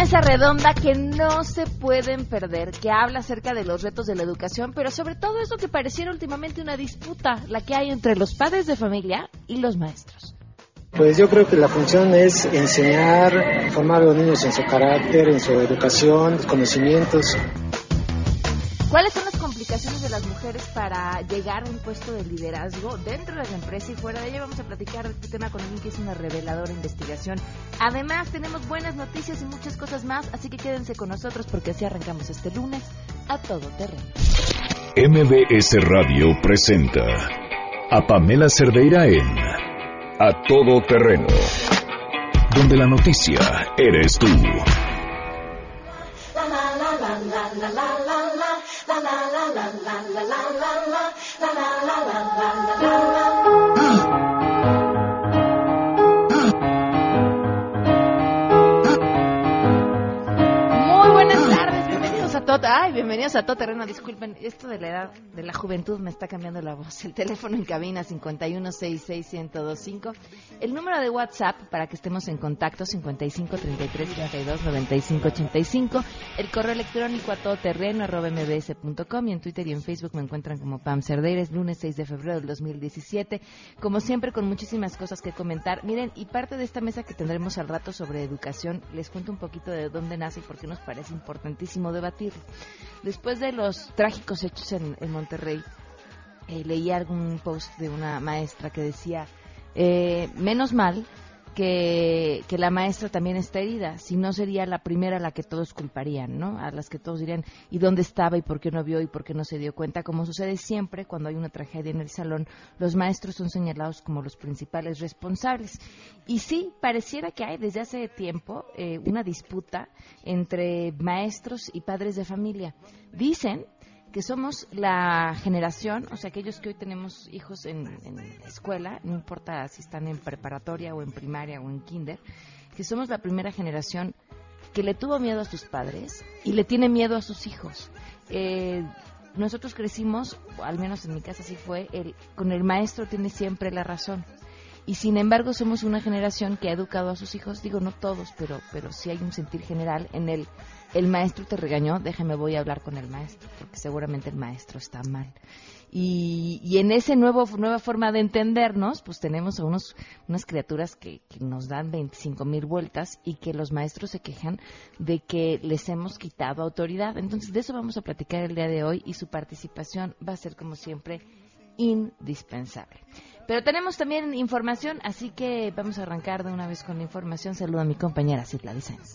mesa redonda que no se pueden perder, que habla acerca de los retos de la educación, pero sobre todo eso que pareciera últimamente una disputa, la que hay entre los padres de familia y los maestros. Pues yo creo que la función es enseñar, formar a los niños en su carácter, en su educación, conocimientos. ¿Cuáles son las complicaciones de las mujeres para llegar a un puesto de liderazgo dentro de la empresa y fuera de ella? Vamos a platicar de este tema con alguien que es una reveladora investigación. Además, tenemos buenas noticias y muchas cosas más, así que quédense con nosotros porque así arrancamos este lunes a todo terreno. MBS Radio presenta a Pamela Cerdeira en A Todo Terreno, donde la noticia eres tú. Muy buenas tardes, bienvenidos a Todo Terreno. Disculpen, esto de la edad, de la juventud me está cambiando la voz. El teléfono en cabina 5166125. El número de WhatsApp para que estemos en contacto 5533329585. El correo electrónico a todoterreno@mbs.com y en Twitter y en Facebook me encuentran como Pam Cerdeira. Es lunes 6 de febrero del 2017. Como siempre, con muchísimas cosas que comentar. Miren, y parte de esta mesa que tendremos al rato sobre educación, les cuento un poquito de dónde nace y por qué nos parece importantísimo debatir. Después de los trágicos hechos en Monterrey, leí algún post de una maestra que decía, menos mal que la maestra también está herida, si no sería la primera a la que todos culparían, ¿no? A las que todos dirían, ¿y dónde estaba? ¿Y por qué no vio? ¿Y por qué no se dio cuenta? Como sucede siempre cuando hay una tragedia en el salón, los maestros son señalados como los principales responsables. Y sí, pareciera que hay desde hace tiempo una disputa entre maestros y padres de familia. Dicen que somos la generación, o sea, aquellos que hoy tenemos hijos en escuela, no importa si están en preparatoria o en primaria o en kinder, que somos la primera generación que le tuvo miedo a sus padres y le tiene miedo a sus hijos. Nosotros crecimos, al menos en mi casa así fue, con el maestro tiene siempre la razón. Y sin embargo somos una generación que ha educado a sus hijos, digo no todos, pero sí hay un sentir general en el maestro te regañó, déjame voy a hablar con el maestro, porque seguramente el maestro está mal. Y en esa nueva forma de entendernos, pues tenemos a unas criaturas que nos dan 25,000 vueltas y que los maestros se quejan de que les hemos quitado autoridad. Entonces de eso vamos a platicar el día de hoy y su participación va a ser como siempre indispensable. Pero tenemos también información, así que vamos a arrancar de una vez con la información. Saludo a mi compañera Citlali Sáenz.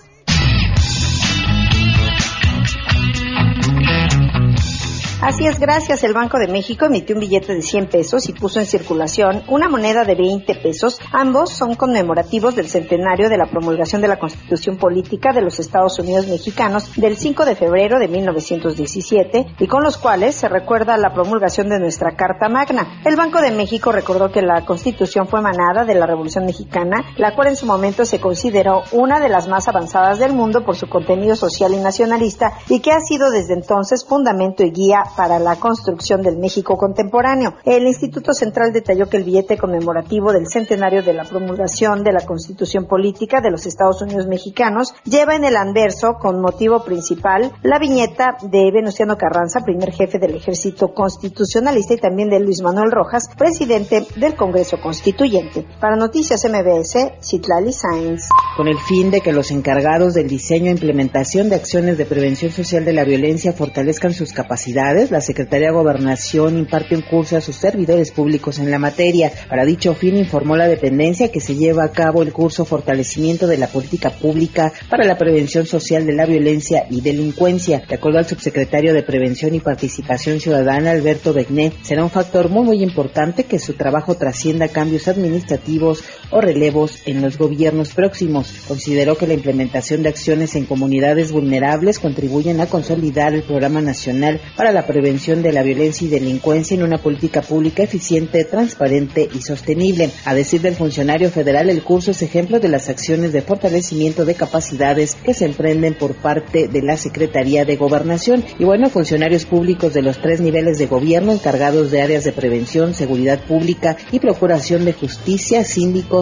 Así es, gracias. El Banco de México emitió un billete de 100 pesos y puso en circulación una moneda de 20 pesos. Ambos son conmemorativos del centenario de la promulgación de la Constitución Política de los Estados Unidos Mexicanos del 5 de febrero de 1917 y con los cuales se recuerda la promulgación de nuestra Carta Magna. El Banco de México recordó que la Constitución fue emanada de la Revolución Mexicana, la cual en su momento se consideró una de las más avanzadas del mundo por su contenido social y nacionalista y que ha sido desde entonces fundamento y guía para la construcción del México contemporáneo. El Instituto Central detalló que el billete conmemorativo del centenario de la promulgación de la Constitución Política de los Estados Unidos Mexicanos lleva en el anverso, con motivo principal, la viñeta de Venustiano Carranza, primer jefe del Ejército Constitucionalista, y también de Luis Manuel Rojas, presidente del Congreso Constituyente. Para Noticias MBS, Citlali Sáenz. Con el fin de que los encargados del diseño e implementación de acciones de prevención social de la violencia fortalezcan sus capacidades, la Secretaría de Gobernación imparte un curso a sus servidores públicos en la materia. Para dicho fin, informó la dependencia que se lleva a cabo el curso Fortalecimiento de la Política Pública para la Prevención Social de la Violencia y Delincuencia. De acuerdo al subsecretario de Prevención y Participación Ciudadana, Alberto Begné, será un factor muy importante que su trabajo trascienda cambios administrativos o relevos en los gobiernos próximos. Consideró que la implementación de acciones en comunidades vulnerables contribuyen a consolidar el Programa Nacional para la Prevención de la Violencia y Delincuencia en una política pública eficiente, transparente y sostenible. A decir del funcionario federal, el curso es ejemplo de las acciones de fortalecimiento de capacidades que se emprenden por parte de la Secretaría de Gobernación. Y bueno, funcionarios públicos de los 3 niveles de gobierno encargados de áreas de prevención, seguridad pública y procuración de justicia, síndicos,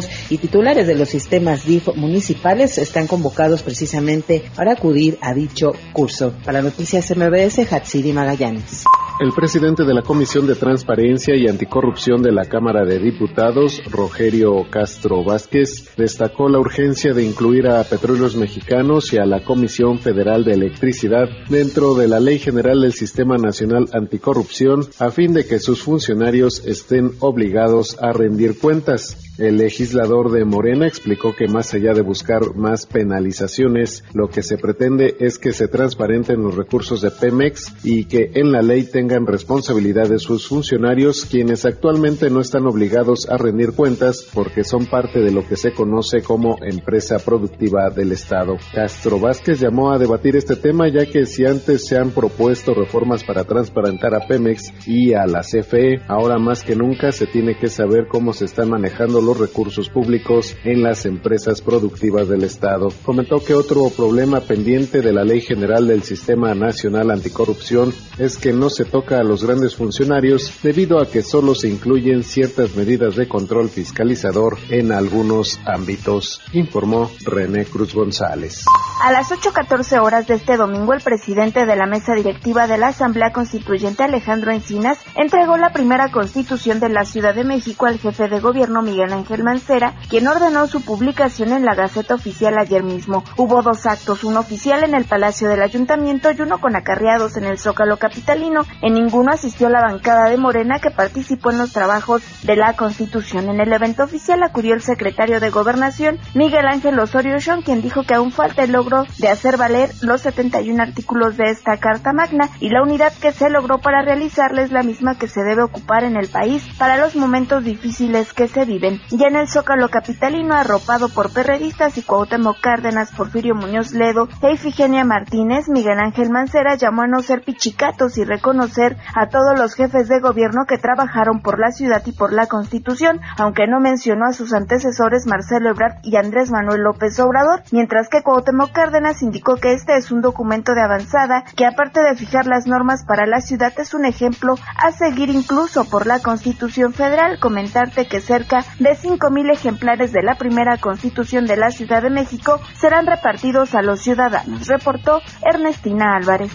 directivos y titulares de los sistemas DIF municipales están convocados precisamente para acudir a dicho curso. Para Noticias MBS, Hatsiri Magallanes. El presidente de la Comisión de Transparencia y Anticorrupción de la Cámara de Diputados, Rogelio Castro Vázquez, destacó la urgencia de incluir a Petróleos Mexicanos y a la Comisión Federal de Electricidad dentro de la Ley General del Sistema Nacional Anticorrupción a fin de que sus funcionarios estén obligados a rendir cuentas. El legislador de Morena explicó que más allá de buscar más penalizaciones, lo que se pretende es que se transparenten los recursos de Pemex y que en la ley tengan responsabilidad de sus funcionarios, quienes actualmente no están obligados a rendir cuentas porque son parte de lo que se conoce como empresa productiva del Estado. Castro Vázquez llamó a debatir este tema, ya que si antes se han propuesto reformas para transparentar a Pemex y a la CFE, ahora más que nunca se tiene que saber cómo se están manejando los recursos públicos en las empresas productivas del Estado. Comentó que otro problema pendiente de la Ley General del Sistema Nacional Anticorrupción es que no se toca a los grandes funcionarios debido a que solo se incluyen ciertas medidas de control fiscalizador en algunos ámbitos, informó René Cruz González. A las 8:14 horas de este domingo, el presidente de la mesa directiva de la Asamblea Constituyente, Alejandro Encinas, entregó la primera Constitución de la Ciudad de México al jefe de gobierno, Miguel Ángel Mancera, quien ordenó su publicación en la Gaceta Oficial ayer mismo. Hubo dos actos, uno oficial en el Palacio del Ayuntamiento y uno con acarreados en el Zócalo capitalino. En ninguno asistió la bancada de Morena, que participó en los trabajos de la Constitución. En el evento oficial acudió el secretario de Gobernación, Miguel Ángel Osorio Chong, quien dijo que aún falta el logro de hacer valer los 71 artículos de esta Carta Magna, y la unidad que se logró para realizarla es la misma que se debe ocupar en el país para los momentos difíciles que se viven. Ya en el Zócalo capitalino, arropado por perredistas y Cuauhtémoc Cárdenas, Porfirio Muñoz Ledo e Ifigenia Martínez, Miguel Ángel Mancera llamó a no ser pichicatos y reconocer a todos los jefes de gobierno que trabajaron por la ciudad y por la Constitución, aunque no mencionó a sus antecesores Marcelo Ebrard y Andrés Manuel López Obrador, mientras que Cuauhtémoc Cárdenas indicó que este es un documento de avanzada que, aparte de fijar las normas para la ciudad, es un ejemplo a seguir incluso por la Constitución Federal. Comentarte que cerca de 5,000 ejemplares de la primera Constitución de la Ciudad de México serán repartidos a los ciudadanos, reportó Ernestina Álvarez.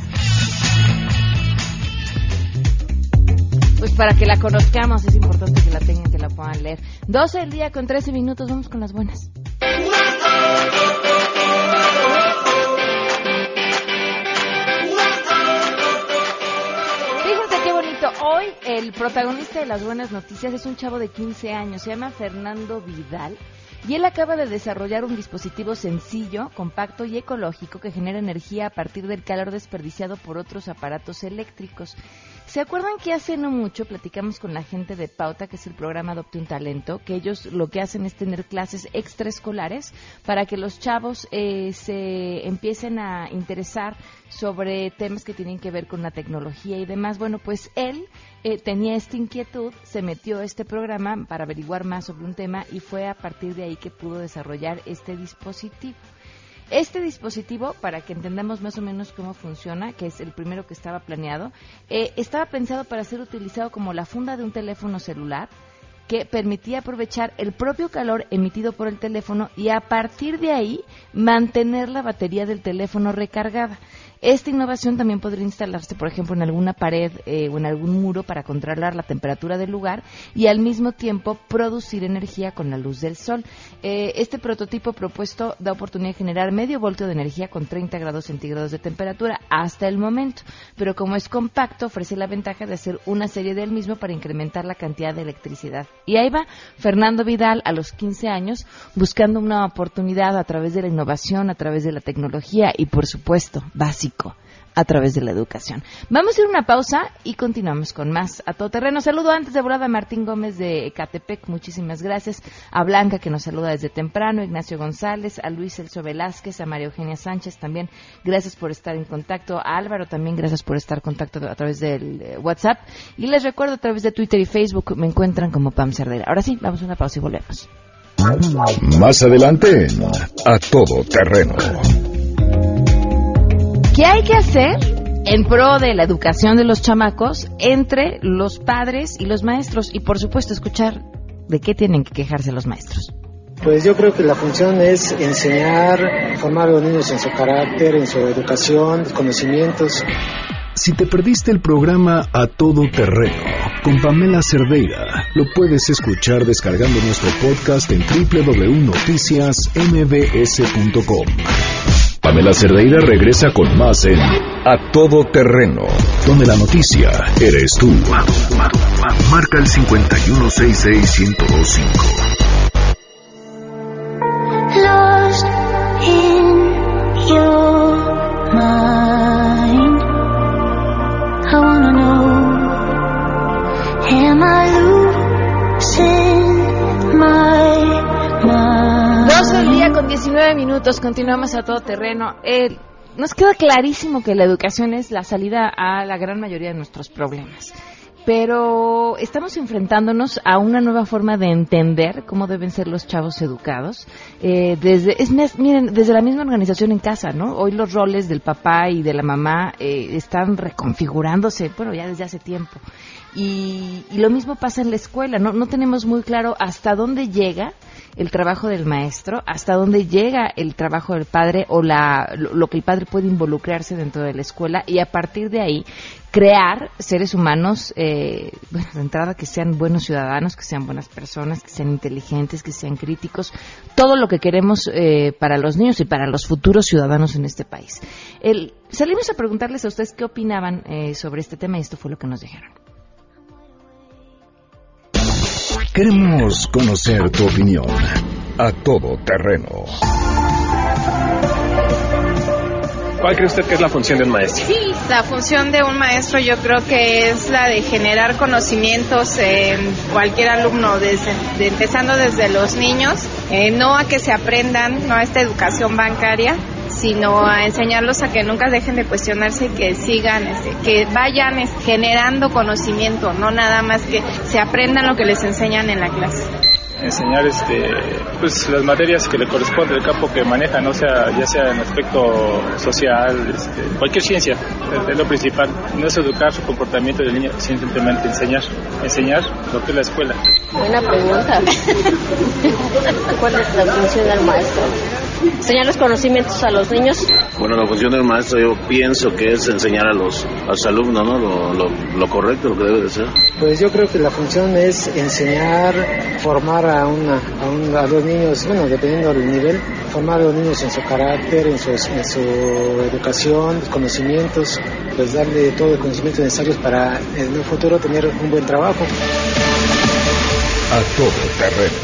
Pues para que la conozcamos es importante que la tengan, que la puedan leer. 12 del día con 13 minutos, vamos con las buenas. Fíjense qué bonito. Hoy el protagonista de las buenas noticias es un chavo de 15 años, se llama Fernando Vidal. Y él acaba de desarrollar un dispositivo sencillo, compacto y ecológico que genera energía a partir del calor desperdiciado por otros aparatos eléctricos. ¿Se acuerdan que hace no mucho platicamos con la gente de Pauta, que es el programa Adopte un Talento, que ellos lo que hacen es tener clases extraescolares para que los chavos se empiecen a interesar sobre temas que tienen que ver con la tecnología y demás? Bueno, pues él tenía esta inquietud, se metió a este programa para averiguar más sobre un tema y fue a partir de ahí que pudo desarrollar este dispositivo. Este dispositivo, para que entendamos más o menos cómo funciona, que es el primero que estaba planeado, estaba pensado para ser utilizado como la funda de un teléfono celular, que permitía aprovechar el propio calor emitido por el teléfono y a partir de ahí mantener la batería del teléfono recargada. Esta innovación también podría instalarse, por ejemplo, en alguna pared o en algún muro para controlar la temperatura del lugar y al mismo tiempo producir energía con la luz del sol. Este prototipo propuesto da oportunidad de generar medio voltio de energía con 30 grados centígrados de temperatura hasta el momento, pero como es compacto ofrece la ventaja de hacer una serie del mismo para incrementar la cantidad de electricidad. Y ahí va Fernando Vidal a los 15 años buscando una oportunidad a través de la innovación, a través de la tecnología y por supuesto, básico, a través de la educación. Vamos a ir a una pausa y continuamos con más A Todo Terreno. Saludo antes de volada a Martín Gómez de Ecatepec, muchísimas gracias. A Blanca, que nos saluda desde temprano, Ignacio González, a Luis Celso Velázquez, a María Eugenia Sánchez también, gracias por estar en contacto. A Álvaro también, gracias por estar en contacto a través del WhatsApp. Y les recuerdo, a través de Twitter y Facebook me encuentran como Pam Cerdeira. Ahora sí, vamos a una pausa y volvemos. Más adelante en A Todo Terreno. ¿Qué hay que hacer en pro de la educación de los chamacos entre los padres y los maestros? Y por supuesto escuchar de qué tienen que quejarse los maestros. Pues yo creo que la función es enseñar, formar a los niños en su carácter, en su educación, conocimientos. Si te perdiste el programa A Todo Terreno con Pamela Cerdeira, lo puedes escuchar descargando nuestro podcast en www.noticiasmbs.com. Pamela Cerdeira regresa con más en A Todo Terreno, donde la noticia eres tú. Marca el 5166125. Lost in your mind, I wanna know, am I losing my mind? 12 del día con 19 minutos, continuamos A Todo Terreno. Nos queda clarísimo que la educación es la salida a la gran mayoría de nuestros problemas. Pero estamos enfrentándonos a una nueva forma de entender cómo deben ser los chavos educados. Miren, desde la misma organización en casa, ¿no? Hoy los roles del papá y de la mamá están reconfigurándose, bueno, ya desde hace tiempo. Y lo mismo pasa en la escuela, no tenemos muy claro hasta dónde llega el trabajo del maestro, hasta dónde llega el trabajo del padre o lo que el padre puede involucrarse dentro de la escuela, y a partir de ahí crear seres humanos, de entrada, que sean buenos ciudadanos, que sean buenas personas, que sean inteligentes, que sean críticos, todo lo que queremos para los niños y para los futuros ciudadanos en este país. Salimos a preguntarles a ustedes qué opinaban sobre este tema, y esto fue lo que nos dijeron. Queremos conocer tu opinión. A Todo Terreno. ¿Cuál cree usted que es la función de un maestro? Sí, la función de un maestro yo creo que es la de generar conocimientos en cualquier alumno, empezando desde los niños, no a que se aprendan, no a esta educación bancaria, sino a enseñarlos a que nunca dejen de cuestionarse y que sigan, que vayan generando conocimiento, no nada más que se aprendan lo que les enseñan en la clase. Enseñar pues las materias que le corresponde, el campo que maneja, no sea, ya sea en aspecto social, cualquier ciencia, es lo principal. No es educar su comportamiento del niño, simplemente enseñar lo que es la escuela. Buena pregunta. ¿Cuál es la función del maestro? ¿Enseñar los conocimientos a los niños? Bueno, la función del maestro yo pienso que es enseñar a los alumnos, ¿no? Lo correcto, lo que debe de ser. Pues yo creo que la función es enseñar, formar a los niños, dependiendo del nivel, formar a los niños en su carácter, en su educación, conocimientos, pues darle todo el conocimiento necesario para en el futuro tener un buen trabajo. A Todo Terreno.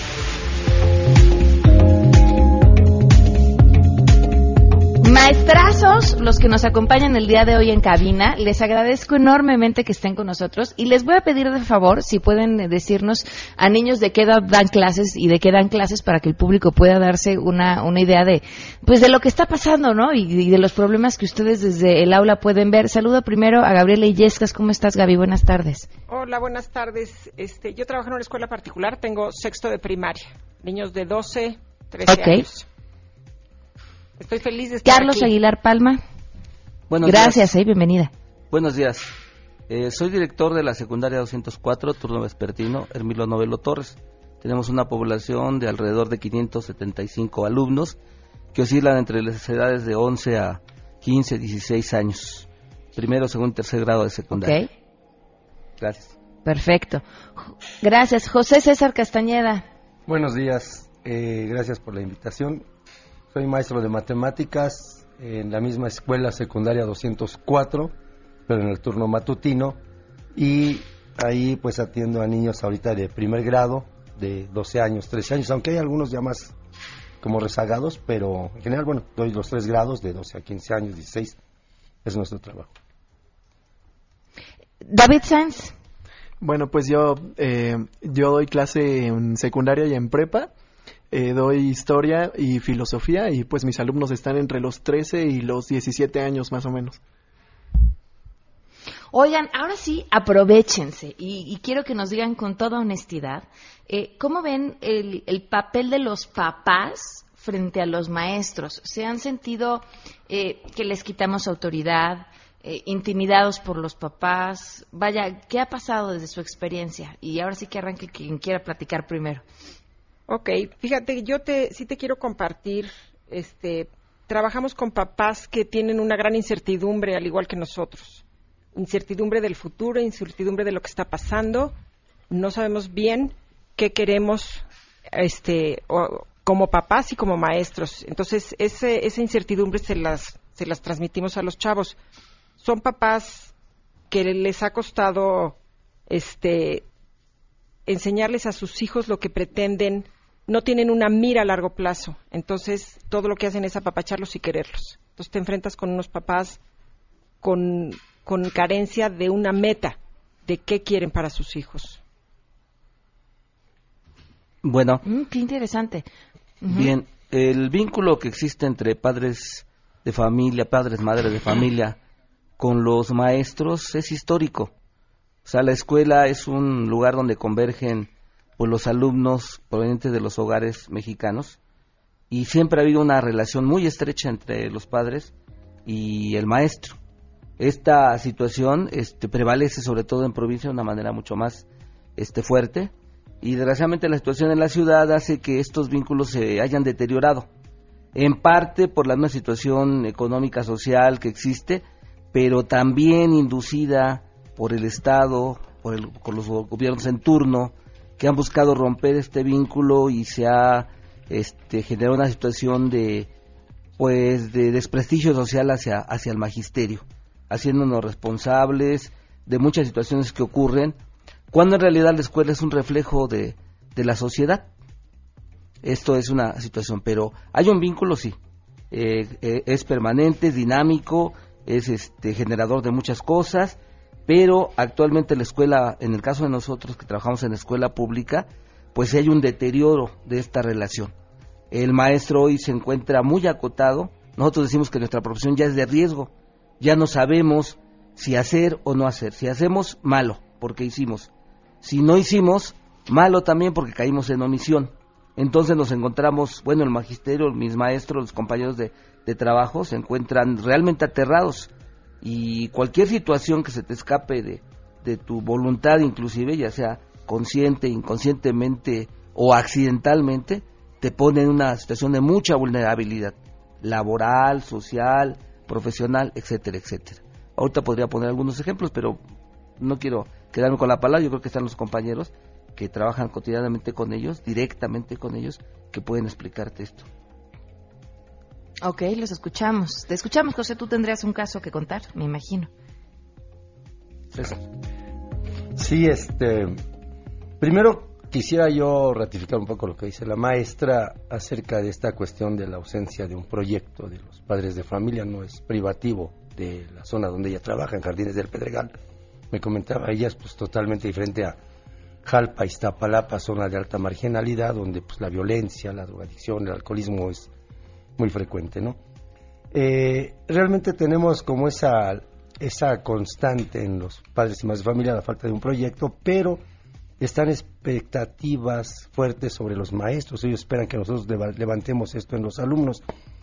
Maestrazos, los que nos acompañan el día de hoy en cabina, les agradezco enormemente que estén con nosotros y les voy a pedir de favor si pueden decirnos a niños de qué edad dan clases y de qué dan clases para que el público pueda darse una idea de lo que está pasando, ¿no? Y de los problemas que ustedes desde el aula pueden ver. Saludo primero a Gabriela Illescas. ¿Cómo estás, Gaby? Buenas tardes. Hola, buenas tardes. Yo trabajo en una escuela particular, tengo sexto de primaria, niños de 12, 13 años. Estoy feliz de estar Carlos aquí. Aguilar Palma. Buenos Gracias, días. Bienvenida. Buenos días. Soy director de la secundaria 204, turno vespertino, Hermilo Novelo Torres. Tenemos una población de alrededor de 575 alumnos que oscilan entre las edades de 11 a 15, 16 años. Primero, segundo y tercer grado de secundaria. Ok. Gracias. Perfecto. Gracias. José César Castañeda. Buenos días. Gracias por la invitación. Soy maestro de matemáticas en la misma escuela secundaria 204, pero en el turno matutino, y ahí pues atiendo a niños ahorita de primer grado, de 12 años, 13 años, aunque hay algunos ya más como rezagados, pero en general, doy los 3 grados de 12 a 15 años, 16, es nuestro trabajo. David Sanz. Bueno, pues yo doy clase en secundaria y en prepa. Doy historia y filosofía y pues mis alumnos están entre los 13 y los 17 años más o menos. Oigan, ahora sí, aprovéchense y quiero que nos digan con toda honestidad, ¿cómo ven el papel de los papás frente a los maestros? ¿Se han sentido que les quitamos autoridad, intimidados por los papás? Vaya, ¿qué ha pasado desde su experiencia? Y ahora sí que arranque quien quiera platicar primero. Ok, fíjate, sí te quiero compartir, trabajamos con papás que tienen una gran incertidumbre, al igual que nosotros. Incertidumbre del futuro, incertidumbre de lo que está pasando. No sabemos bien qué queremos, como papás y como maestros. Entonces, esa incertidumbre se las transmitimos a los chavos. Son papás que les ha costado, enseñarles a sus hijos lo que pretenden. No tienen una mira a largo plazo, entonces todo lo que hacen es apapacharlos y quererlos. Entonces te enfrentas con unos papás con carencia de una meta, de qué quieren para sus hijos. Bueno. Qué interesante. Bien, el vínculo que existe entre padres de familia, padres, madres de familia, con los maestros es histórico. O sea, la escuela es un lugar donde convergen pues los alumnos provenientes de los hogares mexicanos, y siempre ha habido una relación muy estrecha entre los padres y el maestro. Esta situación prevalece sobre todo en provincia de una manera mucho más fuerte, y desgraciadamente la situación en la ciudad hace que estos vínculos se hayan deteriorado, en parte por la misma situación económica social que existe, pero también inducida por el Estado, por los gobiernos en turno, que han buscado romper este vínculo, y se ha generado una situación de desprestigio social hacia el magisterio, haciéndonos responsables de muchas situaciones que ocurren, cuando en realidad la escuela es un reflejo de la sociedad. Esto es una situación, pero hay un vínculo, sí, es permanente, es dinámico, es generador de muchas cosas. Pero actualmente la escuela, en el caso de nosotros que trabajamos en la escuela pública, pues hay un deterioro de esta relación. El maestro hoy se encuentra muy acotado. Nosotros decimos que nuestra profesión ya es de riesgo. Ya no sabemos si hacer o no hacer. Si hacemos, malo, porque hicimos. Si no hicimos, malo también, porque caímos en omisión. Entonces nos encontramos, el magisterio, mis maestros, los compañeros de trabajo, se encuentran realmente aterrados. Y cualquier situación que se te escape de tu voluntad, inclusive, ya sea consciente, inconscientemente o accidentalmente, te pone en una situación de mucha vulnerabilidad laboral, social, profesional, etcétera, etcétera. Ahorita podría poner algunos ejemplos, pero no quiero quedarme con la palabra. Yo creo que están los compañeros que trabajan cotidianamente con ellos, directamente con ellos, que pueden explicarte esto. Ok, los escuchamos. Te escuchamos, José. Tú tendrías un caso que contar, me imagino. Sí, primero quisiera yo ratificar un poco lo que dice la maestra acerca de esta cuestión de la ausencia de un proyecto de los padres de familia. No es privativo de la zona donde ella trabaja, en Jardines del Pedregal. Me comentaba, ella es pues totalmente diferente a Jalpa, Iztapalapa, zona de alta marginalidad, donde pues la violencia, la drogadicción, el alcoholismo es muy frecuente, ¿no? Realmente tenemos como esa constante en los padres y madres de familia, la falta de un proyecto, pero están expectativas fuertes sobre los maestros. Ellos esperan que nosotros levantemos esto en los alumnos.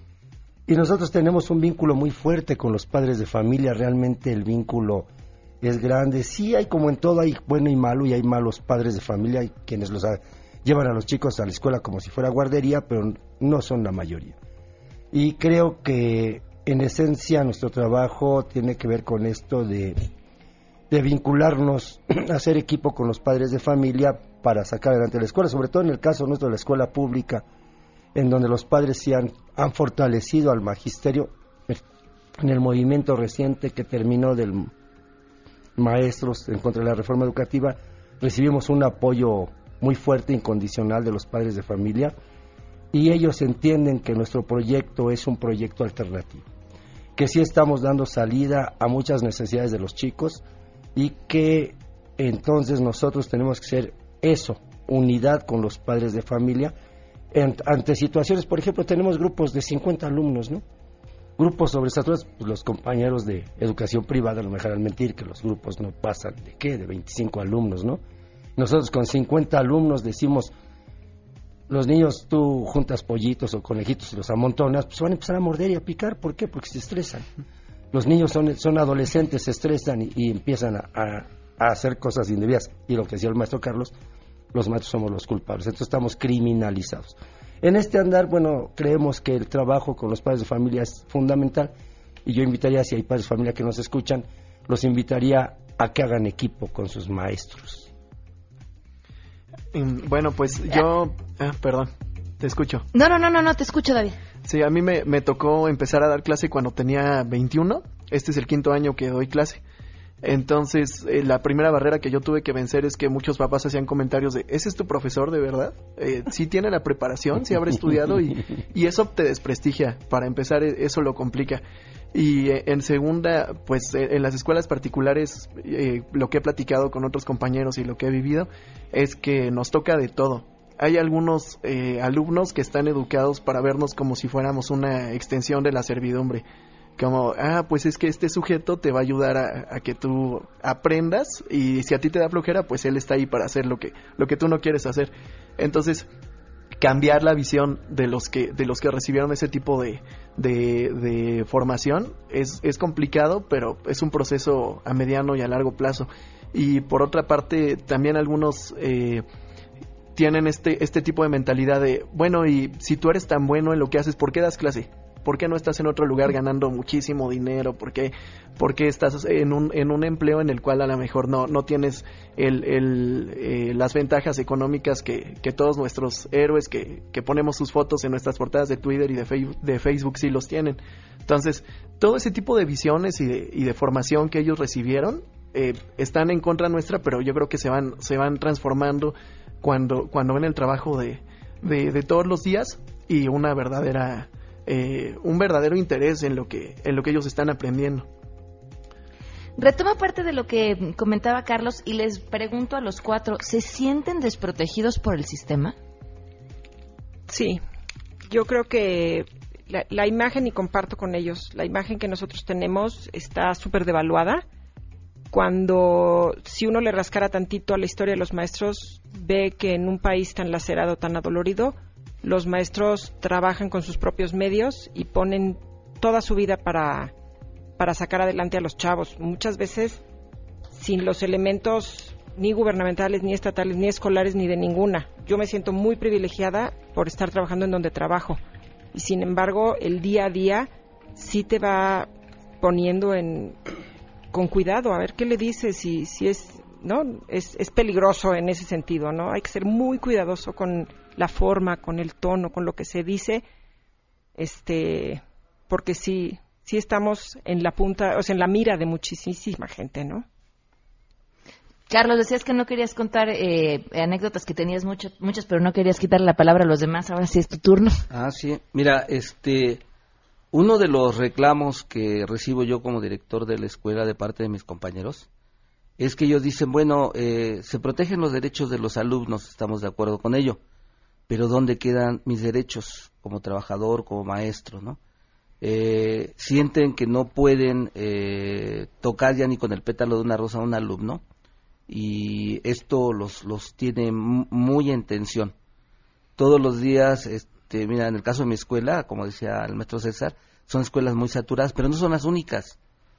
Y nosotros tenemos un vínculo muy fuerte con los padres de familia. Realmente el vínculo es grande. Sí, hay como en todo, hay bueno y malo, y hay malos padres de familia, hay quienes llevan a los chicos a la escuela como si fuera guardería, pero no son la mayoría. Y creo que en esencia nuestro trabajo tiene que ver con esto de vincularnos, hacer equipo con los padres de familia para sacar adelante la escuela, sobre todo en el caso nuestro de la escuela pública, en donde los padres sí han fortalecido al magisterio. En el movimiento reciente que terminó del maestros en contra de la reforma educativa, recibimos un apoyo muy fuerte, incondicional de los padres de familia, y ellos entienden que nuestro proyecto es un proyecto alternativo, que sí estamos dando salida a muchas necesidades de los chicos, y que entonces nosotros tenemos que ser eso, unidad con los padres de familia, ante situaciones. Por ejemplo, tenemos grupos de 50 alumnos, ¿no? Grupos sobresaturados, pues los compañeros de educación privada no me dejarán mentir que los grupos no pasan de 25 alumnos, ¿no? Nosotros con 50 alumnos decimos, los niños, tú juntas pollitos o conejitos y los amontonas, pues van a empezar a morder y a picar. ¿Por qué? Porque se estresan. Los niños son adolescentes, se estresan y empiezan a hacer cosas indebidas. Y lo que decía el maestro Carlos, los maestros somos los culpables. Entonces estamos criminalizados. En este andar, bueno, creemos que el trabajo con los padres de familia es fundamental y yo invitaría, si hay padres de familia que nos escuchan, los invitaría a que hagan equipo con sus maestros. Bueno, pues yo... perdón, te escucho. No, te escucho, David. Sí, a mí me tocó empezar a dar clase cuando tenía 21. Este es el 5º año que doy clase. Entonces, la primera barrera que yo tuve que vencer es que muchos papás hacían comentarios de, ¿ese es tu profesor de verdad? ¿Sí tiene la preparación? ¿Sí habrá estudiado? Y eso te desprestigia. Para empezar, eso lo complica. Y en segunda, pues en las escuelas particulares, lo que he platicado con otros compañeros y lo que he vivido es que nos toca de todo. Hay algunos alumnos que están educados para vernos como si fuéramos una extensión de la servidumbre. Como, pues es que este sujeto te va a ayudar a que tú aprendas y si a ti te da flojera, pues él está ahí para hacer lo que tú no quieres hacer. Entonces, cambiar la visión de los que recibieron ese tipo de formación es complicado, pero es un proceso a mediano y a largo plazo. Y por otra parte, también algunos tienen este tipo de mentalidad de, bueno, y si tú eres tan bueno en lo que haces, ¿por qué das clase? ¿Por qué no estás en otro lugar ganando muchísimo dinero? ¿Por qué estás en un empleo en el cual a lo mejor no tienes las ventajas económicas que todos nuestros héroes que ponemos sus fotos en nuestras portadas de Twitter y de Facebook sí los tienen? Entonces, todo ese tipo de visiones y de formación que ellos recibieron están en contra nuestra, pero yo creo que se van transformando cuando ven el trabajo de todos los días y un verdadero interés en lo que ellos están aprendiendo. Retoma parte de lo que comentaba Carlos y les pregunto a los 4, ¿se sienten desprotegidos por el sistema? Sí, yo creo que la imagen, y comparto con ellos, la imagen que nosotros tenemos está súper devaluada. Si uno le rascara tantito a la historia de los maestros, ve que en un país tan lacerado, tan adolorido, los maestros trabajan con sus propios medios y ponen toda su vida para sacar adelante a los chavos. Muchas veces sin los elementos ni gubernamentales, ni estatales, ni escolares, ni de ninguna. Yo me siento muy privilegiada por estar trabajando en donde trabajo. Y sin embargo, el día a día sí te va poniendo con cuidado, a ver qué le dices, si es, ¿no? Es peligroso en ese sentido, ¿no? Hay que ser muy cuidadoso con la forma, con el tono, con lo que se dice, porque sí estamos en la punta, o sea, en la mira de muchísima gente, ¿no? Carlos, decías que no querías contar anécdotas, que tenías muchas, pero no querías quitarle la palabra a los demás. Ahora sí es tu turno. Sí. Mira, uno de los reclamos que recibo yo como director de la escuela de parte de mis compañeros es que ellos dicen, bueno, se protegen los derechos de los alumnos, estamos de acuerdo con ello, pero ¿dónde quedan mis derechos como trabajador, como maestro, no? Sienten que no pueden tocar ya ni con el pétalo de una rosa a un alumno, y esto los tiene muy en tensión. Todos los días, mira, en el caso de mi escuela, como decía el maestro César, son escuelas muy saturadas, pero no son las únicas.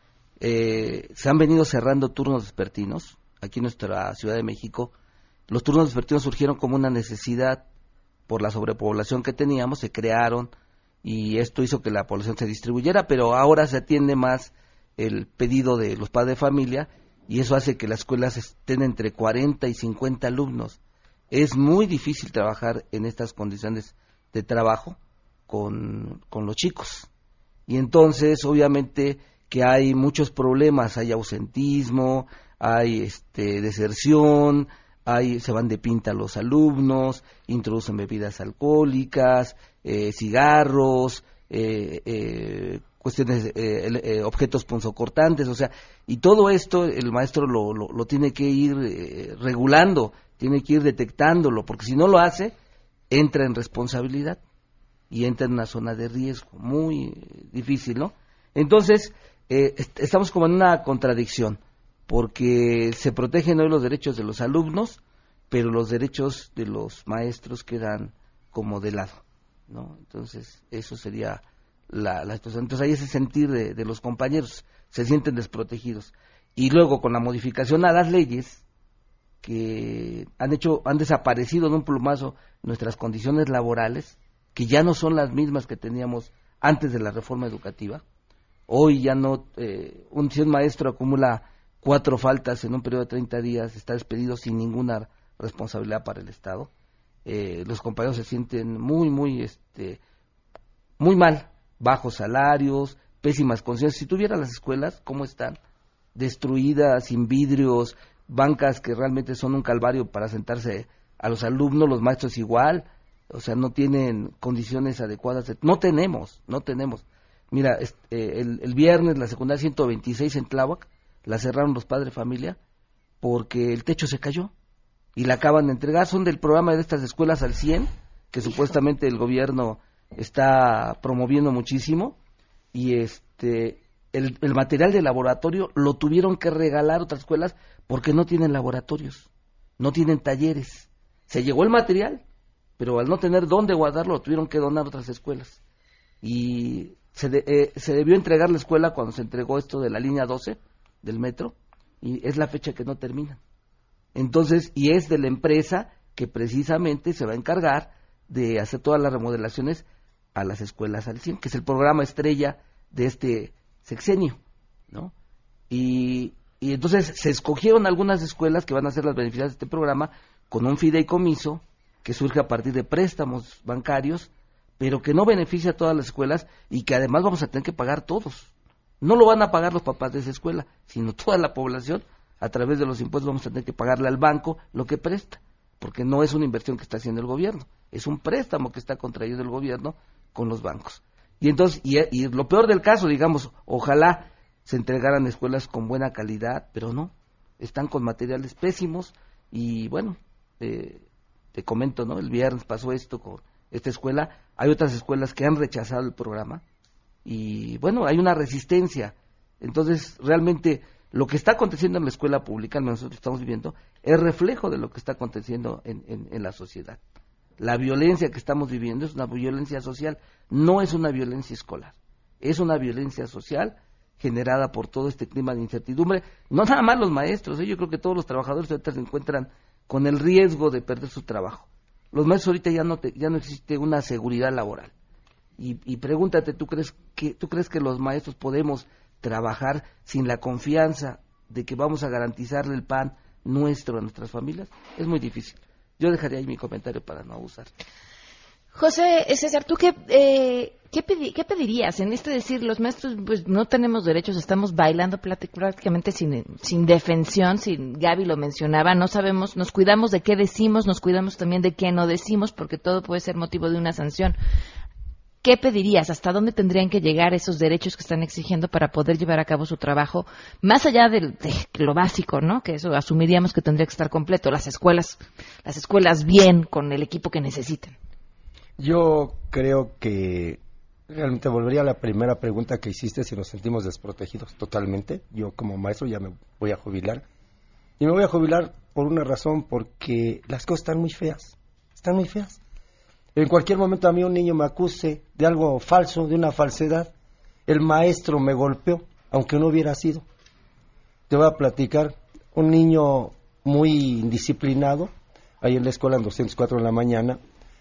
Se han venido cerrando turnos vespertinos. Aquí en nuestra Ciudad de México, los turnos vespertinos surgieron como una necesidad por la sobrepoblación que teníamos, se crearon, y esto hizo que la población se distribuyera, pero ahora se atiende más el pedido de los padres de familia, y eso hace que las escuelas estén entre 40 y 50 alumnos. Es muy difícil trabajar en estas condiciones de trabajo con los chicos. Y entonces, obviamente, que hay muchos problemas, hay ausentismo, hay deserción, se van de pinta los alumnos, introducen bebidas alcohólicas, cigarros, cuestiones, objetos punzocortantes, o sea, y todo esto el maestro lo tiene que ir regulando, tiene que ir detectándolo, porque si no lo hace, entra en responsabilidad y entra en una zona de riesgo muy difícil, ¿no? Entonces, estamos como en una contradicción, porque se protegen hoy los derechos de los alumnos, pero los derechos de los maestros quedan como de lado, ¿no? Entonces, eso sería la situación. Entonces, hay ese sentir de los compañeros, se sienten desprotegidos. Y luego, con la modificación a las leyes, que han desaparecido de un plumazo nuestras condiciones laborales, que ya no son las mismas que teníamos antes de la reforma educativa. Hoy ya no, si un maestro acumula 4 faltas en un periodo de 30 días, está despedido sin ninguna responsabilidad para el Estado. Los compañeros se sienten muy mal, bajos salarios, pésimas condiciones. Si tuvieran las escuelas, ¿cómo están? Destruidas, sin vidrios, bancas que realmente son un calvario para sentarse a los alumnos, los maestros igual, o sea, no tienen condiciones adecuadas. No tenemos. Mira, el viernes la secundaria 126 en Tláhuac la cerraron los padres de familia porque el techo se cayó y la acaban de entregar. Son del programa de estas escuelas al 100, que supuestamente el gobierno está promoviendo muchísimo, y el material de laboratorio lo tuvieron que regalar otras escuelas porque no tienen laboratorios, no tienen talleres. Se llegó el material, pero al no tener dónde guardarlo, lo tuvieron que donar a otras escuelas. Y se debió entregar la escuela cuando se entregó esto de la línea 12 del metro, y es la fecha que no termina. Entonces, y es de la empresa que precisamente se va a encargar de hacer todas las remodelaciones a las escuelas al 100, que es el programa estrella de este sexenio, ¿no? Y entonces se escogieron algunas escuelas que van a ser las beneficiadas de este programa con un fideicomiso que surge a partir de préstamos bancarios, pero que no beneficia a todas las escuelas y que además vamos a tener que pagar todos. No lo van a pagar los papás de esa escuela, sino toda la población. A través de los impuestos vamos a tener que pagarle al banco lo que presta, porque no es una inversión que está haciendo el gobierno, es un préstamo que está contrayendo el gobierno con los bancos. Y entonces, y lo peor del caso, digamos, ojalá se entregaran escuelas con buena calidad, pero no, están con materiales pésimos. Y bueno, te comento, ¿no? El viernes pasó esto con esta escuela. Hay otras escuelas que han rechazado el programa y bueno, hay una resistencia. Entonces, realmente lo que está aconteciendo en la escuela pública, al menos nosotros estamos viviendo, es reflejo de lo que está aconteciendo en la sociedad. La violencia que estamos viviendo es una violencia social, no es una violencia escolar, es una violencia social generada por todo este clima de incertidumbre. No nada más los maestros, yo creo que todos los trabajadores ahorita se encuentran con el riesgo de perder su trabajo. Los maestros ahorita ya no existe una seguridad laboral. Y pregúntate, ¿tú crees que los maestros podemos trabajar sin la confianza de que vamos a garantizarle el pan nuestro a nuestras familias? Es muy difícil. Yo dejaría ahí mi comentario para no abusar. José César, ¿tú qué pedirías en esto de decir los maestros pues no tenemos derechos, estamos bailando prácticamente sin defensión? Gaby lo mencionaba, no sabemos, nos cuidamos de qué decimos, nos cuidamos también de qué no decimos, porque todo puede ser motivo de una sanción. ¿Qué pedirías? ¿Hasta dónde tendrían que llegar esos derechos que están exigiendo para poder llevar a cabo su trabajo? Más allá de lo básico, ¿no? Que eso asumiríamos que tendría que estar completo. Las escuelas bien, con el equipo que necesiten. Yo creo que realmente volvería a la primera pregunta que hiciste, si nos sentimos desprotegidos totalmente. Yo como maestro ya me voy a jubilar. Y me voy a jubilar por una razón, porque las cosas están muy feas. Están muy feas. En cualquier momento a mí un niño me acuse de algo falso, de una falsedad. El maestro me golpeó, aunque no hubiera sido. Te voy a platicar. Un niño muy indisciplinado, ahí en la escuela en 204 de la mañana,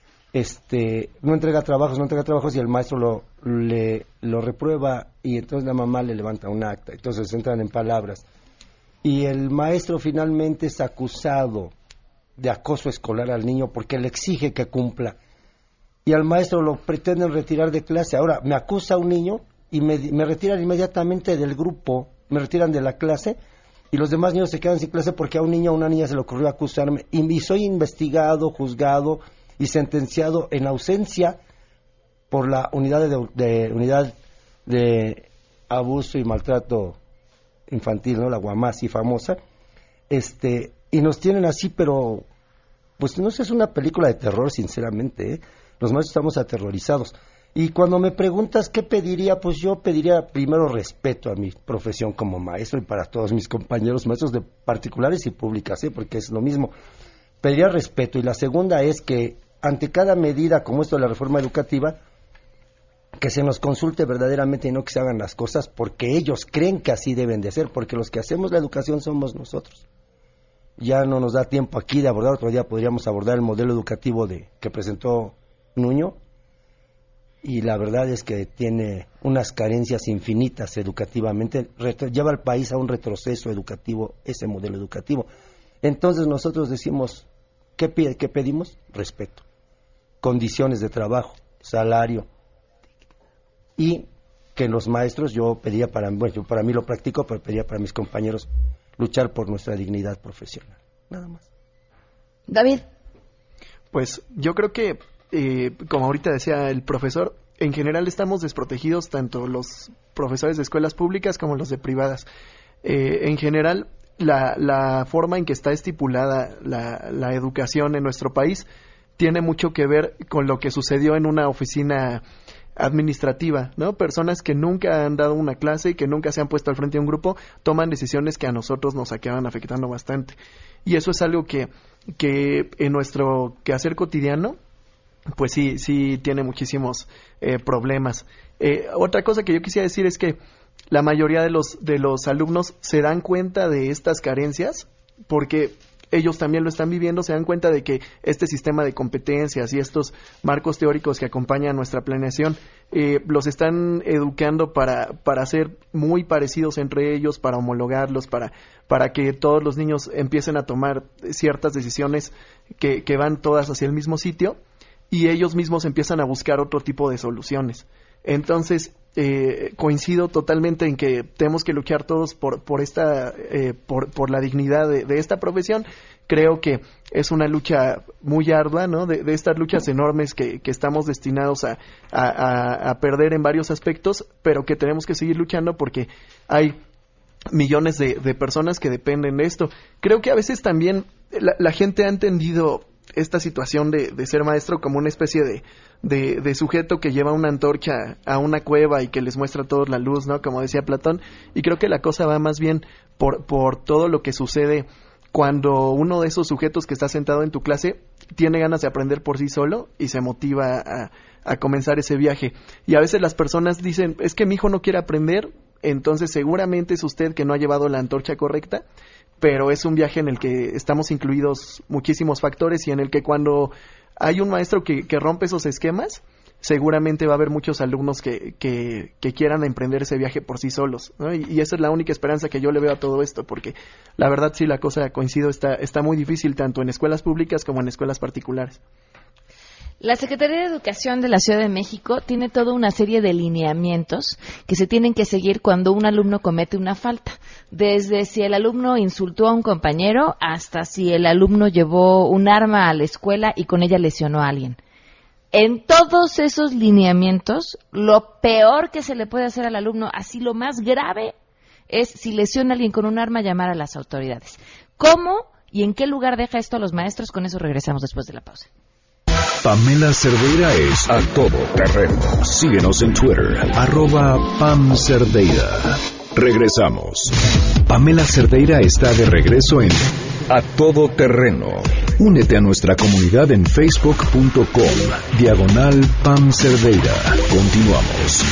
no entrega trabajos y el maestro lo reprueba, y entonces la mamá le levanta un acta. Entonces entran en palabras. Y el maestro finalmente es acusado de acoso escolar al niño porque le exige que cumpla. Y al maestro lo pretenden retirar de clase. Ahora, me acusa un niño y me retiran inmediatamente del grupo, me retiran de la clase, y los demás niños se quedan sin clase porque a un niño o una niña se le ocurrió acusarme. Y soy investigado, juzgado y sentenciado en ausencia por la unidad de abuso y maltrato infantil, ¿no? La Guamasi famosa. Y nos tienen así, pero pues no sé, es una película de terror, sinceramente, ¿eh? Los maestros estamos aterrorizados. Y cuando me preguntas qué pediría, pues yo pediría primero respeto a mi profesión como maestro y para todos mis compañeros maestros de particulares y públicas, porque es lo mismo. Pediría respeto. Y la segunda es que ante cada medida como esto de la reforma educativa, que se nos consulte verdaderamente y no que se hagan las cosas porque ellos creen que así deben de ser, porque los que hacemos la educación somos nosotros. ya no nos da tiempo aquí de abordar, otro día podríamos abordar el modelo educativo que presentó Nuño, y la verdad es que tiene unas carencias infinitas educativamente, lleva al país a un retroceso educativo, ese modelo educativo. Entonces nosotros decimos, ¿qué pedimos? Respeto, condiciones de trabajo, salario, y que los maestros, yo para mí lo practico, pero pedía para mis compañeros luchar por nuestra dignidad profesional, nada más. David. Pues yo creo que, como ahorita decía el profesor, en general estamos desprotegidos tanto los profesores de escuelas públicas como los de privadas. En general, la forma en que está estipulada la educación en nuestro país tiene mucho que ver con lo que sucedió en una oficina administrativa, ¿no? Personas que nunca han dado una clase y que nunca se han puesto al frente de un grupo toman decisiones que a nosotros nos acaban afectando bastante. Y eso es algo que en nuestro quehacer cotidiano, pues sí tiene muchísimos problemas. Otra cosa que yo quisiera decir es que la mayoría de los alumnos se dan cuenta de estas carencias porque ellos también lo están viviendo, se dan cuenta de que este sistema de competencias y estos marcos teóricos que acompañan nuestra planeación los están educando para ser muy parecidos entre ellos, para homologarlos, para que todos los niños empiecen a tomar ciertas decisiones que van todas hacia el mismo sitio, y ellos mismos empiezan a buscar otro tipo de soluciones. Entonces, coincido totalmente en que tenemos que luchar todos por la dignidad de esta profesión. Creo que es una lucha muy ardua, ¿no? De estas luchas enormes que estamos destinados a perder en varios aspectos, pero que tenemos que seguir luchando porque hay millones de personas que dependen de esto. Creo que a veces también la gente ha entendido esta situación de ser maestro como una especie de sujeto que lleva una antorcha a una cueva y que les muestra a todos la luz, ¿no? Como decía Platón, y creo que la cosa va más bien por todo lo que sucede cuando uno de esos sujetos que está sentado en tu clase tiene ganas de aprender por sí solo y se motiva a comenzar ese viaje. Y a veces las personas dicen, es que mi hijo no quiere aprender, entonces seguramente es usted que no ha llevado la antorcha correcta, pero es un viaje en el que estamos incluidos muchísimos factores y en el que cuando hay un maestro que rompe esos esquemas, seguramente va a haber muchos alumnos que quieran emprender ese viaje por sí solos, ¿no? Y esa es la única esperanza que yo le veo a todo esto, porque la verdad sí, la cosa, coincido, está muy difícil tanto en escuelas públicas como en escuelas particulares. La Secretaría de Educación de la Ciudad de México tiene toda una serie de lineamientos que se tienen que seguir cuando un alumno comete una falta. Desde si el alumno insultó a un compañero hasta si el alumno llevó un arma a la escuela y con ella lesionó a alguien. En todos esos lineamientos, lo peor que se le puede hacer al alumno, así lo más grave, es si lesiona a alguien con un arma, llamar a las autoridades. ¿Cómo y en qué lugar deja esto a los maestros? Con eso regresamos después de la pausa. Pamela Cerdeira es a todo terreno. Síguenos en Twitter, @PamCerdeira. Regresamos. Pamela Cerdeira está de regreso en A Todo Terreno. Únete a nuestra comunidad en facebook.com/Pam Cerdeira. Continuamos.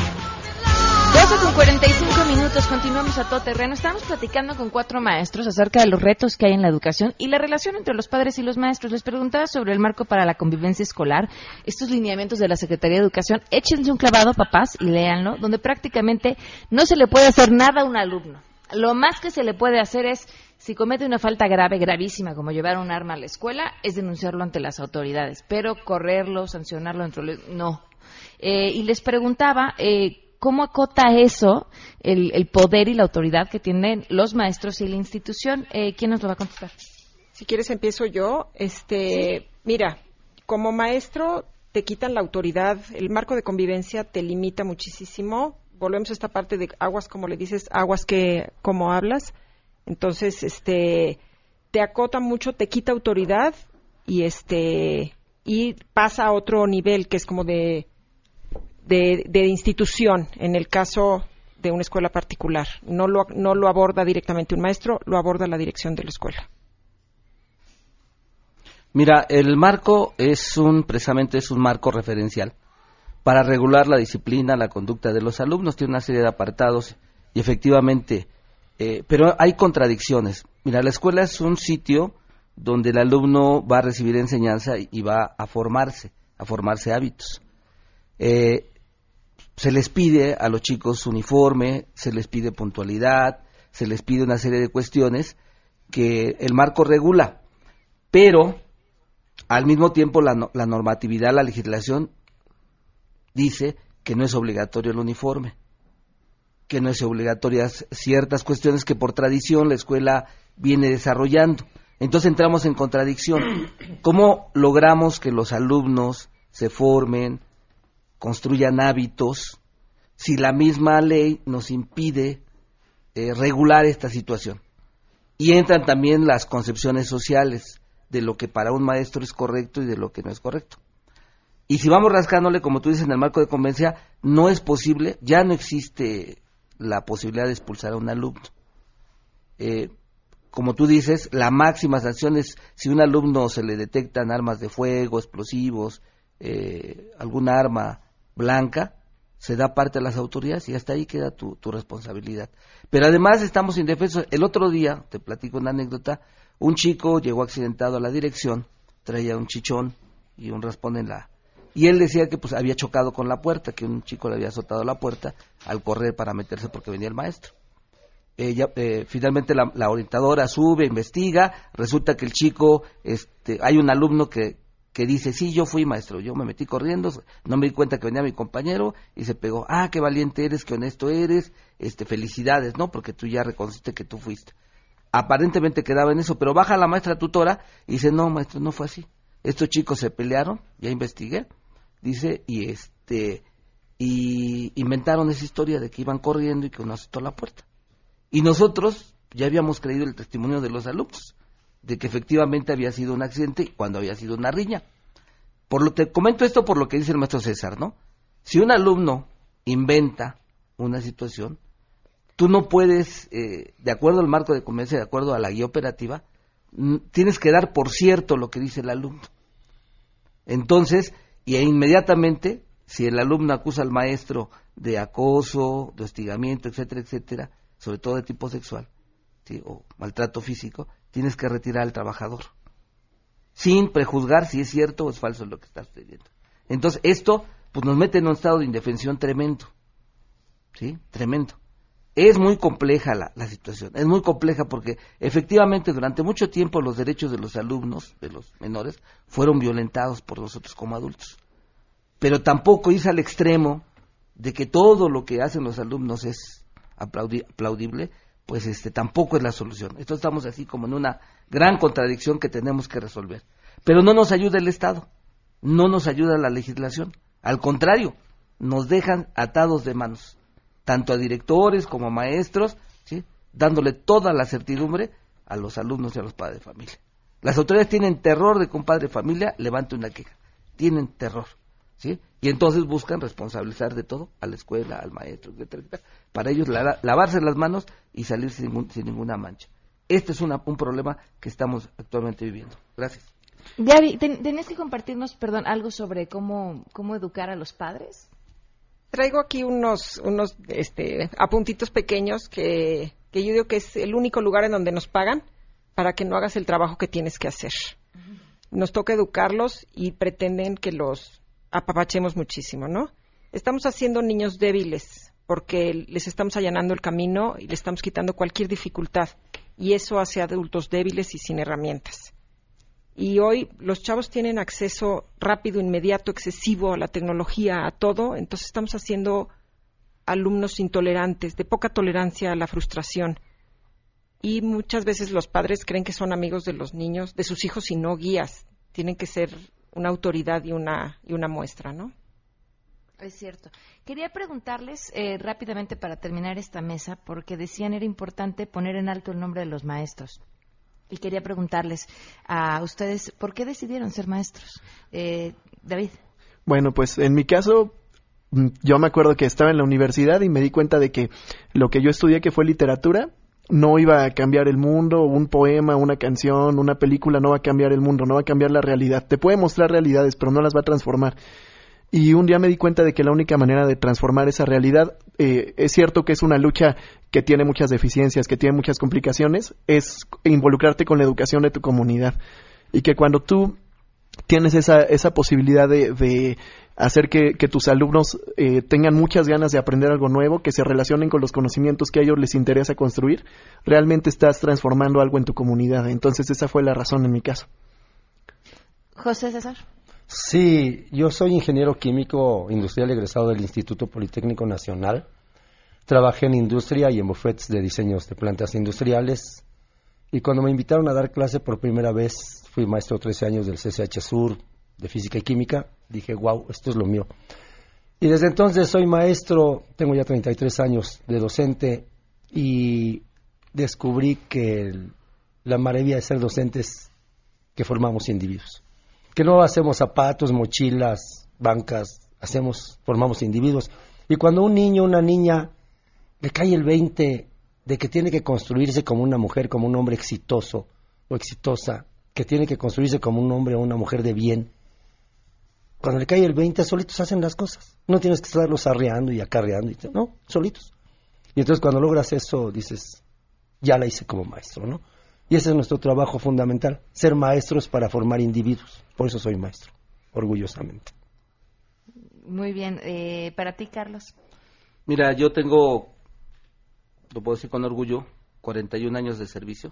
12:45, continuamos a todo terreno. Estamos platicando con 4 maestros acerca de los retos que hay en la educación y la relación entre los padres y los maestros. Les preguntaba sobre el marco para la convivencia escolar, estos lineamientos de la Secretaría de Educación. Échense un clavado, papás, y léanlo, donde prácticamente no se le puede hacer nada a un alumno. Lo más que se le puede hacer es, si comete una falta grave, gravísima, como llevar un arma a la escuela, es denunciarlo ante las autoridades, pero correrlo, sancionarlo, no. Y les preguntaba, ¿cómo acota eso el poder y la autoridad que tienen los maestros y la institución? ¿Quién nos lo va a contestar? Si quieres empiezo yo. ¿Sí? Mira, como maestro te quitan la autoridad, el marco de convivencia te limita muchísimo. Volvemos a esta parte de aguas, como le dices, aguas que como hablas. Entonces, te acota mucho, te quita autoridad y pasa a otro nivel que es como de institución, en el caso de una escuela particular. No lo aborda directamente un maestro, lo aborda la dirección de la escuela. Mira, el marco precisamente es un marco referencial para regular la disciplina, la conducta de los alumnos. Tiene una serie de apartados y efectivamente Pero hay contradicciones. Mira, la escuela es un sitio donde el alumno va a recibir enseñanza y va a formarse hábitos. Se les pide a los chicos uniforme, se les pide puntualidad, se les pide una serie de cuestiones que el marco regula, pero al mismo tiempo la normatividad, la legislación dice que no es obligatorio el uniforme, que no es obligatorias ciertas cuestiones que por tradición la escuela viene desarrollando. Entonces entramos en contradicción. ¿Cómo logramos que los alumnos se formen, construyan hábitos, si la misma ley nos impide regular esta situación? Y entran también las concepciones sociales de lo que para un maestro es correcto y de lo que no es correcto. Y si vamos rascándole, como tú dices, en el marco de conveniencia, no es posible, ya no existe la posibilidad de expulsar a un alumno. Como tú dices, la máxima sanción es si un alumno se le detectan armas de fuego, explosivos, alguna arma blanca, se da parte a las autoridades y hasta ahí queda tu responsabilidad. Pero además estamos indefensos. El otro día, te platico una anécdota, un chico llegó accidentado a la dirección, traía un chichón y un raspón y él decía que pues había chocado con la puerta, que un chico le había azotado la puerta al correr para meterse porque venía el maestro. Finalmente la orientadora sube, investiga, resulta que el chico, hay un alumno que dice, sí, yo fui maestro, yo me metí corriendo, no me di cuenta que venía mi compañero y se pegó. Ah, qué valiente eres, qué honesto eres, felicidades, ¿no? Porque tú ya reconociste que tú fuiste. Aparentemente quedaba en eso, pero baja la maestra tutora y dice, no, maestro, no fue así. Estos chicos se pelearon, ya investigué, dice, y inventaron esa historia de que iban corriendo y que uno azotó la puerta. Y nosotros ya habíamos creído el testimonio de los alumnos, de que efectivamente había sido un accidente cuando había sido una riña. Te comento esto por lo que dice el maestro César, ¿no? Si un alumno inventa una situación, tú no puedes, de acuerdo al marco de convivencia, de acuerdo a la guía operativa, tienes que dar por cierto lo que dice el alumno. Entonces, inmediatamente, si el alumno acusa al maestro de acoso, de hostigamiento, etcétera, etcétera, sobre todo de tipo sexual, ¿sí? O maltrato físico, tienes que retirar al trabajador, sin prejuzgar si es cierto o es falso lo que está sucediendo. Entonces, esto pues nos mete en un estado de indefensión tremendo, ¿sí? Tremendo. Es muy compleja la situación, es muy compleja porque efectivamente durante mucho tiempo los derechos de los alumnos, de los menores, fueron violentados por nosotros como adultos. Pero tampoco irse al extremo de que todo lo que hacen los alumnos es aplaudible, pues tampoco es la solución. Entonces estamos así como en una gran contradicción que tenemos que resolver. Pero no nos ayuda el Estado, no nos ayuda la legislación, al contrario, nos dejan atados de manos, tanto a directores como a maestros, ¿sí? Dándole toda la certidumbre a los alumnos y a los padres de familia. Las autoridades tienen terror de que un padre de familia levante una queja, tienen terror, ¿sí? Y entonces buscan responsabilizar de todo a la escuela, al maestro, etcétera, etcétera, para ellos lavarse las manos y salir sin ninguna mancha. Este es un problema que estamos actualmente viviendo. Gracias. Gaby, ¿tenés que compartirnos, algo sobre cómo educar a los padres? Traigo aquí unos apuntitos pequeños que yo digo que es el único lugar en donde nos pagan para que no hagas el trabajo que tienes que hacer. Nos toca educarlos y pretenden que los apapachemos muchísimo, ¿no? Estamos haciendo niños débiles porque les estamos allanando el camino y les estamos quitando cualquier dificultad y eso hace adultos débiles y sin herramientas. Y hoy los chavos tienen acceso rápido, inmediato, excesivo a la tecnología, a todo, entonces estamos haciendo alumnos intolerantes, de poca tolerancia a la frustración. Y muchas veces los padres creen que son amigos de los niños, de sus hijos y no guías. Tienen que ser una autoridad y una muestra, ¿no? Es cierto. Quería preguntarles rápidamente para terminar esta mesa, porque decían era importante poner en alto el nombre de los maestros. Y quería preguntarles a ustedes, ¿por qué decidieron ser maestros? David. Bueno, pues en mi caso, yo me acuerdo que estaba en la universidad y me di cuenta de que lo que yo estudié, que fue literatura, no iba a cambiar el mundo. Un poema, una canción, una película no va a cambiar el mundo, no va a cambiar la realidad. Te puede mostrar realidades, pero no las va a transformar. Y un día me di cuenta de que la única manera de transformar esa realidad, es cierto que es una lucha que tiene muchas deficiencias, que tiene muchas complicaciones, es involucrarte con la educación de tu comunidad. Y que cuando tú tienes esa posibilidad de hacer que tus alumnos tengan muchas ganas de aprender algo nuevo, que se relacionen con los conocimientos que a ellos les interesa construir, realmente estás transformando algo en tu comunidad. Entonces esa fue la razón en mi caso. José César. Sí, yo soy ingeniero químico industrial egresado del Instituto Politécnico Nacional. Trabajé en industria y en bufetes de diseños de plantas industriales. Y cuando me invitaron a dar clase por primera vez, fui maestro 13 años del CCH Sur de Física y Química. Dije, wow, esto es lo mío. Y desde entonces soy maestro, tengo ya 33 años de docente y descubrí que la maravilla de ser docente es que formamos individuos. Que no hacemos zapatos, mochilas, bancas, formamos individuos. Y cuando un niño, una niña, le cae el 20 de que tiene que construirse como una mujer, como un hombre exitoso o exitosa, que tiene que construirse como un hombre o una mujer de bien, cuando le cae el 20, solitos hacen las cosas. No tienes que estarlos arreando y acarreando, no, solitos. Y entonces cuando logras eso, dices, ya la hice como maestro, ¿no? Y ese es nuestro trabajo fundamental, ser maestros para formar individuos. Por eso soy maestro, orgullosamente. Muy bien. ¿Para ti, Carlos? Mira, yo tengo, lo puedo decir con orgullo, 41 años de servicio.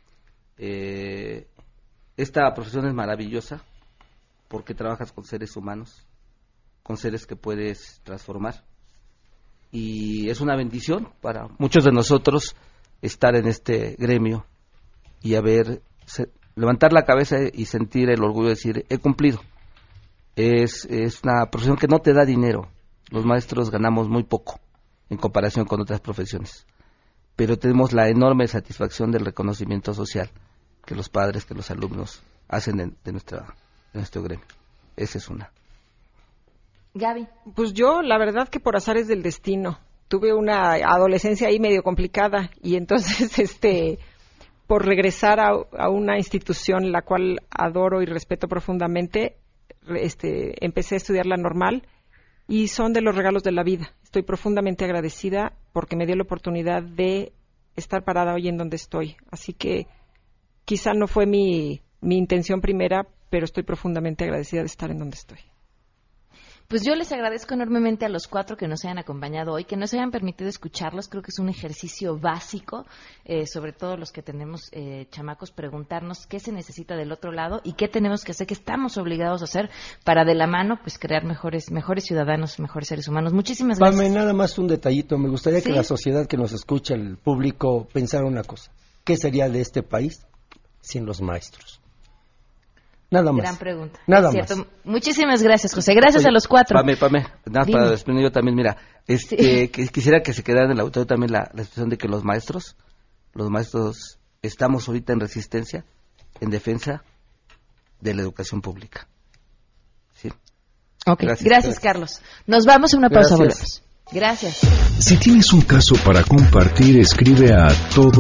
Esta profesión es maravillosa porque trabajas con seres humanos, con seres que puedes transformar. Y es una bendición para muchos de nosotros estar en este gremio y levantar la cabeza y sentir el orgullo de decir, he cumplido. Es una profesión que no te da dinero. Los maestros ganamos muy poco en comparación con otras profesiones, pero tenemos la enorme satisfacción del reconocimiento social que los padres, que los alumnos hacen de nuestro gremio. Esa es una. Gaby. Pues yo, la verdad que por azares del destino, tuve una adolescencia ahí medio complicada y entonces por regresar a una institución la cual adoro y respeto profundamente, empecé a estudiar la normal y son de los regalos de la vida. Estoy profundamente agradecida porque me dio la oportunidad de estar parada hoy en donde estoy. Así que quizá no fue mi intención primera, pero estoy profundamente agradecida de estar en donde estoy. Pues yo les agradezco enormemente a los 4 que nos hayan acompañado hoy, que nos hayan permitido escucharlos. Creo que es un ejercicio básico, sobre todo los que tenemos chamacos, preguntarnos qué se necesita del otro lado y qué tenemos que hacer, qué estamos obligados a hacer para de la mano pues crear mejores ciudadanos, mejores seres humanos. Muchísimas gracias. Pame, nada más un detallito. Me gustaría que la sociedad que nos escucha, el público, pensara una cosa. ¿Qué sería de este país sin los maestros? Nada más. Gran pregunta. Nada más. Muchísimas gracias, José. Gracias a los 4. Pame. Nada, para despedir yo también, mira, quisiera que se quedara en el auditorio también la expresión de que los maestros estamos ahorita en resistencia, en defensa de la educación pública. ¿Sí? Okay. Gracias, Carlos. Nos vamos a una pausa, volvemos. Gracias. Si tienes un caso para compartir, escribe a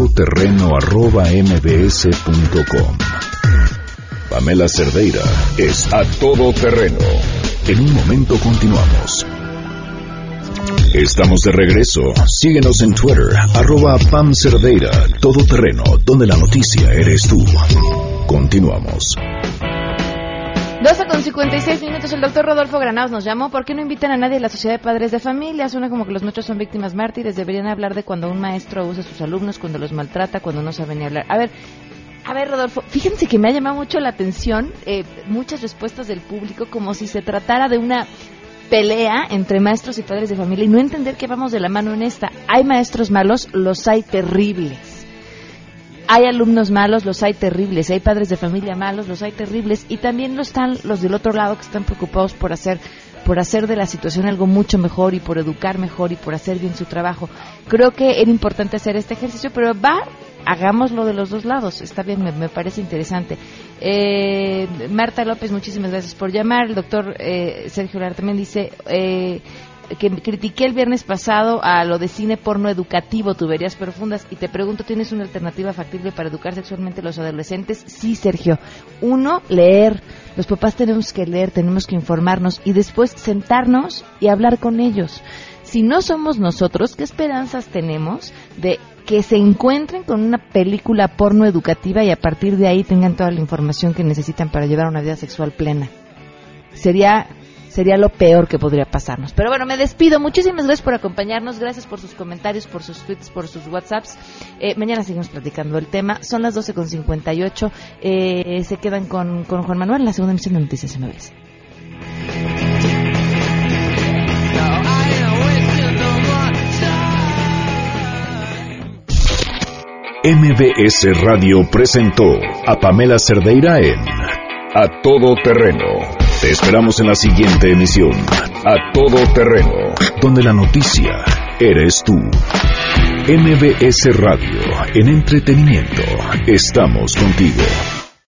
todoterreno@mbs.com. Pamela Cerdeira es A Todo Terreno. En un momento continuamos. Estamos de regreso. Síguenos en Twitter, @PamCerdeira. Todo Terreno, donde la noticia eres tú. Continuamos. 12:56. El doctor Rodolfo Granados nos llamó. ¿Por qué no invitan a nadie a la Sociedad de Padres de Familia? Suena como que los nuestros son víctimas mártires. Deberían hablar de cuando un maestro abusa a sus alumnos, cuando los maltrata, cuando no saben ni hablar. A ver, Rodolfo, fíjense que me ha llamado mucho la atención muchas respuestas del público como si se tratara de una pelea entre maestros y padres de familia y no entender que vamos de la mano en esta. Hay maestros malos, los hay terribles. Hay alumnos malos, los hay terribles. Hay padres de familia malos, los hay terribles. Y también están los del otro lado que están preocupados por hacer de la situación algo mucho mejor y por educar mejor y por hacer bien su trabajo. Creo que era importante hacer este ejercicio, pero hagámoslo de los dos lados. Está bien, me parece interesante. Marta López, muchísimas gracias por llamar. El doctor Sergio Lara también dice que critiqué el viernes pasado a lo de cine porno educativo, tuberías profundas, y te pregunto, ¿tienes una alternativa factible para educar sexualmente a los adolescentes? Sí, Sergio. 1, leer. Los papás tenemos que leer, tenemos que informarnos y después sentarnos y hablar con ellos. si no somos nosotros, ¿qué esperanzas tenemos de que se encuentren con una película porno educativa y a partir de ahí tengan toda la información que necesitan para llevar una vida sexual plena? Sería lo peor que podría pasarnos. Pero bueno, me despido. Muchísimas gracias por acompañarnos. Gracias por sus comentarios, por sus tweets, por sus WhatsApps. Mañana seguimos platicando el tema. Son las 12:58. Se quedan con Juan Manuel en la segunda emisión de Noticias MBS. MBS Radio presentó a Pamela Cerdeira en A Todo Terreno. Te esperamos en la siguiente emisión, A Todo Terreno, donde la noticia eres tú. MBS Radio, en entretenimiento, estamos contigo.